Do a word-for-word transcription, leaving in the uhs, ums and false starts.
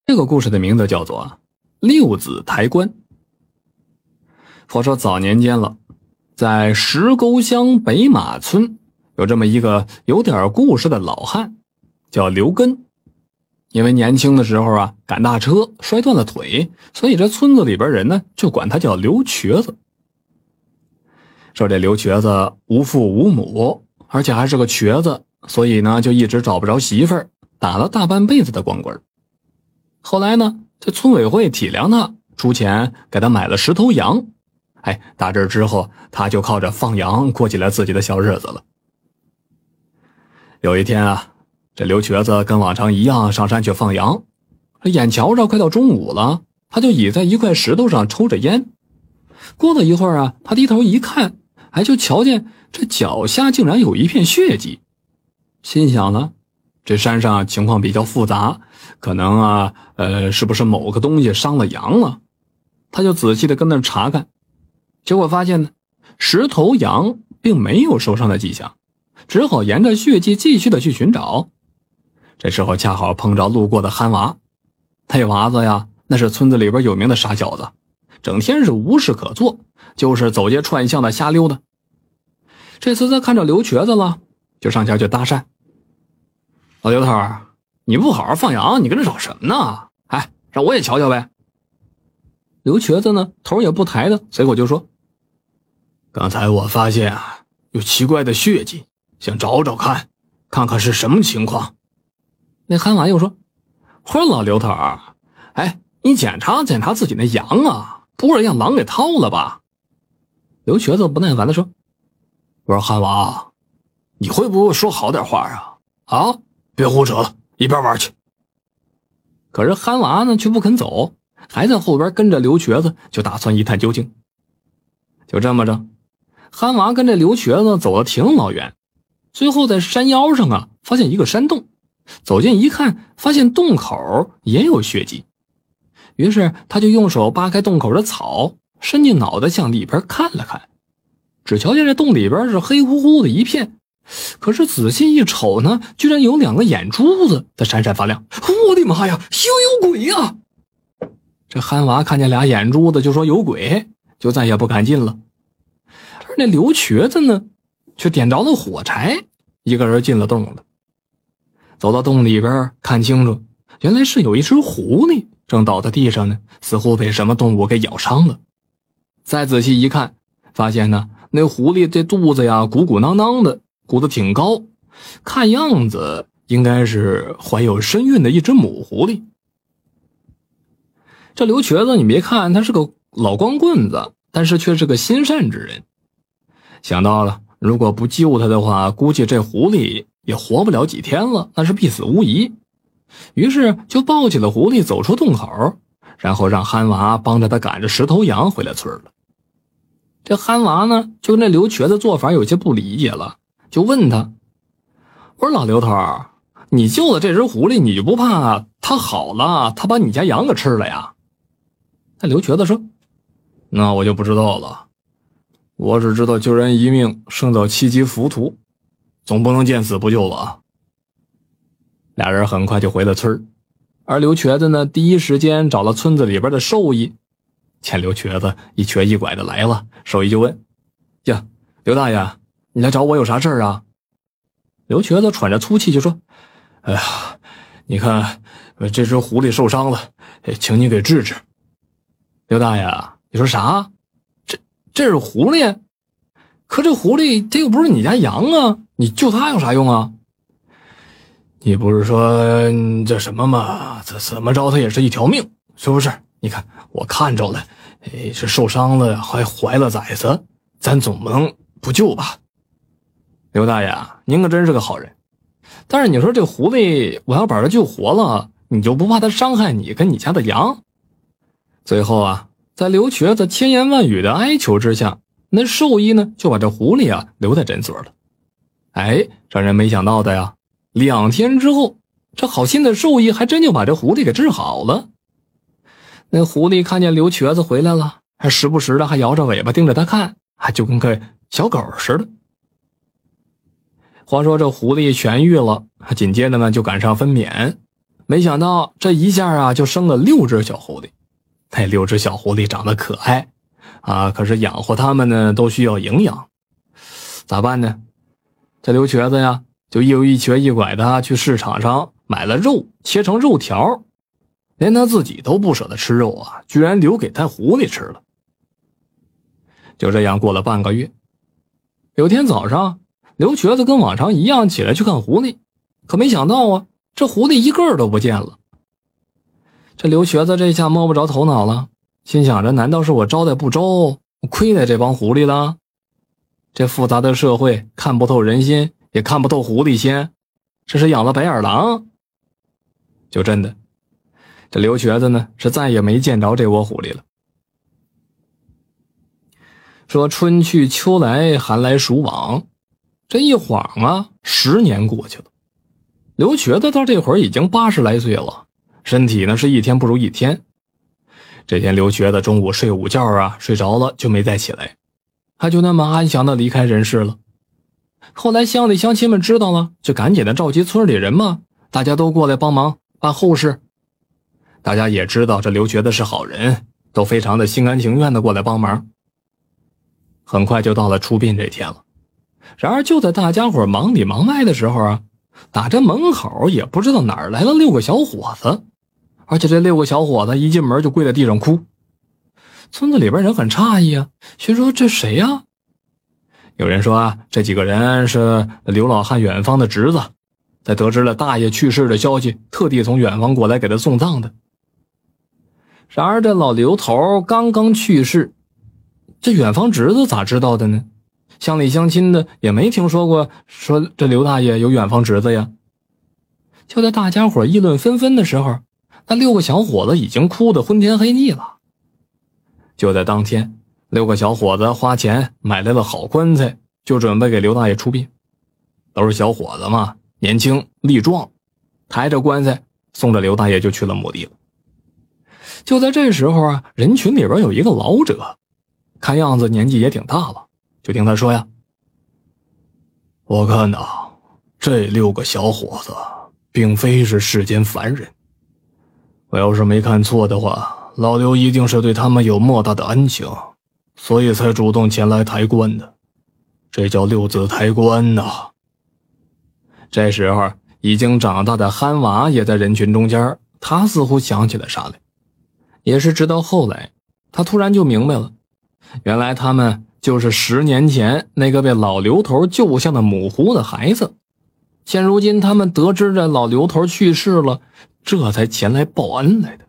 这个故事的名字叫做六子抬棺。话说早年间了，在石沟乡北马村有这么一个有点故事的老汉，叫刘根。因为年轻的时候啊赶大车摔断了腿，所以这村子里边人呢就管他叫刘瘸子。说这刘瘸子无父无母，而且还是个瘸子，所以呢就一直找不着媳妇儿，打了大半辈子的光棍。后来呢这村委会体谅他，出钱给他买了十头羊。哎，打这之后他就靠着放羊过起来自己的小日子了。有一天啊，这刘瘸子跟往常一样上山去放羊，眼瞧着快到中午了，他就倚在一块石头上抽着烟。过了一会儿啊，他低头一看，哎，就瞧见这脚下竟然有一片血迹。心想呢，这山上情况比较复杂，可能啊呃是不是某个东西伤了羊了。他就仔细的跟那查看，结果发现呢十头羊并没有受伤的迹象，只好沿着血迹继续的去寻找。这时候恰好碰着路过的憨娃，那娃子呀那是村子里边有名的傻小子，整天是无事可做，就是走街串巷的瞎溜达。这次他看着刘瘸子了，就上前去搭讪：老刘头，你不好好放羊，你跟这找什么呢？哎，让我也瞧瞧呗。刘瘸子呢头也不抬的随口就说：刚才我发现啊有奇怪的血迹，想找找看看看是什么情况。那憨娃又说：我说老刘头，哎，你检查检查自己那羊啊，不是让狼给掏了吧？刘瘸子不耐烦的说：我说憨娃，你会不会说好点话啊？啊，别胡扯了，一边玩去。可是憨娃呢却不肯走，还在后边跟着刘瘸子，就打算一探究竟。就这么着，憨娃跟这刘瘸子走了挺老远，最后在山腰上啊发现一个山洞，走近一看，发现洞口也有血迹。于是他就用手扒开洞口的草，伸进脑袋向里边看了看，只瞧见这洞里边是黑乎乎的一片，可是仔细一瞅呢，居然有两个眼珠子在闪闪发亮。我的妈呀，又有鬼呀！这憨娃看见俩眼珠子就说有鬼，就再也不敢进了。而那刘瘸子呢却点着了火柴，一个人进了洞了。走到洞里边看清楚，原来是有一只狐狸正倒在地上呢，似乎被什么动物给咬伤了。再仔细一看，发现呢那狐狸这肚子呀鼓鼓囊囊的，鼓得挺高，看样子应该是怀有身孕的一只母狐狸。这刘瘸子你别看他是个老光棍子，但是却是个心善之人。想到了如果不救他的话，估计这狐狸也活不了几天了，那是必死无疑。于是就抱起了狐狸走出洞口，然后让憨娃帮着他赶着十头羊回了村了。这憨娃呢就跟这刘瘸子做法有些不理解了，就问他：我说老刘头，你救了这只狐狸，你就不怕它好了它把你家羊给吃了呀？那刘瘸子说：那我就不知道了，我只知道救人一命胜造七级浮屠，总不能见死不救吧。俩人很快就回了村，而刘瘸子呢第一时间找了村子里边的兽医。见刘瘸子一瘸一拐的来了，兽医就问：呀，刘大爷，你来找我有啥事儿啊？刘瘸子喘着粗气就说：哎呀，你看这只狐狸受伤了，请你给治治。刘大爷，你说啥？这这是狐狸？可这狐狸这又不是你家羊啊，你救它有啥用啊？你不是说这什么吗？这怎么着它也是一条命，是不是？你看我看着了，哎，是受伤了还怀了崽子，咱总不能不救吧？刘大爷，您可真是个好人。但是你说这狐狸我要把它救活了，你就不怕它伤害你跟你家的羊？最后啊，在刘瘸子千言万语的哀求之下，那兽医呢就把这狐狸啊留在诊所了。哎，让人没想到的呀，两天之后，这好心的兽医还真就把这狐狸给治好了。那狐狸看见刘瘸子回来了，还时不时的还摇着尾巴盯着他看，还就跟个小狗似的。话说这狐狸痊愈了，紧接着呢就赶上分娩。 没想到这一下啊，就生了六只小狐狸。那六只小狐狸长得可爱啊，可是养活它们呢，都需要营养，咋办呢？这刘瘸子呀，就又一瘸一拐的去市场上买了肉，切成肉条，连他自己都不舍得吃肉啊，居然留给他狐狸吃了。就这样过了半个月，有天早上，刘瘸子跟往常一样起来去看狐狸，可没想到啊，这狐狸一个都不见了。这刘瘸子这下摸不着头脑了，心想着难道是我招待不周，亏待这帮狐狸了？这复杂的社会看不透人心，也看不透狐狸心，这是养了白眼狼。就真的，这刘瘸子呢是再也没见着这窝狐狸了。说春去秋来，寒来暑往，这一晃啊，十年过去了。刘瘸子到这会儿已经八十来岁了，身体呢是一天不如一天。这天刘瘸子中午睡午觉啊，睡着了就没再起来，他就那么安详的离开人世了。后来乡里乡亲们知道了，就赶紧的召集村里人嘛，大家都过来帮忙办后事。大家也知道这刘瘸子是好人，都非常的心甘情愿的过来帮忙。很快就到了出殡这天了。然而就在大家伙忙里忙外的时候啊，打这门口也不知道哪儿来了六个小伙子，而且这六个小伙子一进门就跪在地上哭。村子里边人很诧异啊，心说这谁呀？有人说啊，这几个人是刘老汉远方的侄子，在得知了大爷去世的消息，特地从远方过来给他送葬的。然而这老刘头刚刚去世，这远方侄子咋知道的呢？乡里乡亲的也没听说过说这刘大爷有远方侄子呀。就在大家伙议论纷纷的时候，那六个小伙子已经哭得昏天黑地了。就在当天，六个小伙子花钱买来了好棺材，就准备给刘大爷出殡。都是小伙子嘛，年轻力壮，抬着棺材送着刘大爷就去了墓地了。就在这时候啊，人群里边有一个老者，看样子年纪也挺大了，就听他说呀：我看呐，这六个小伙子并非是世间凡人，我要是没看错的话，老刘一定是对他们有莫大的恩情，所以才主动前来抬棺的，这叫六子抬棺呐。这时候已经长大的憨娃也在人群中间，他似乎想起了啥来。也是直到后来，他突然就明白了，原来他们就是十年前那个被老刘头救下的母狐的孩子。现如今他们得知这老刘头去世了，这才前来报恩来的。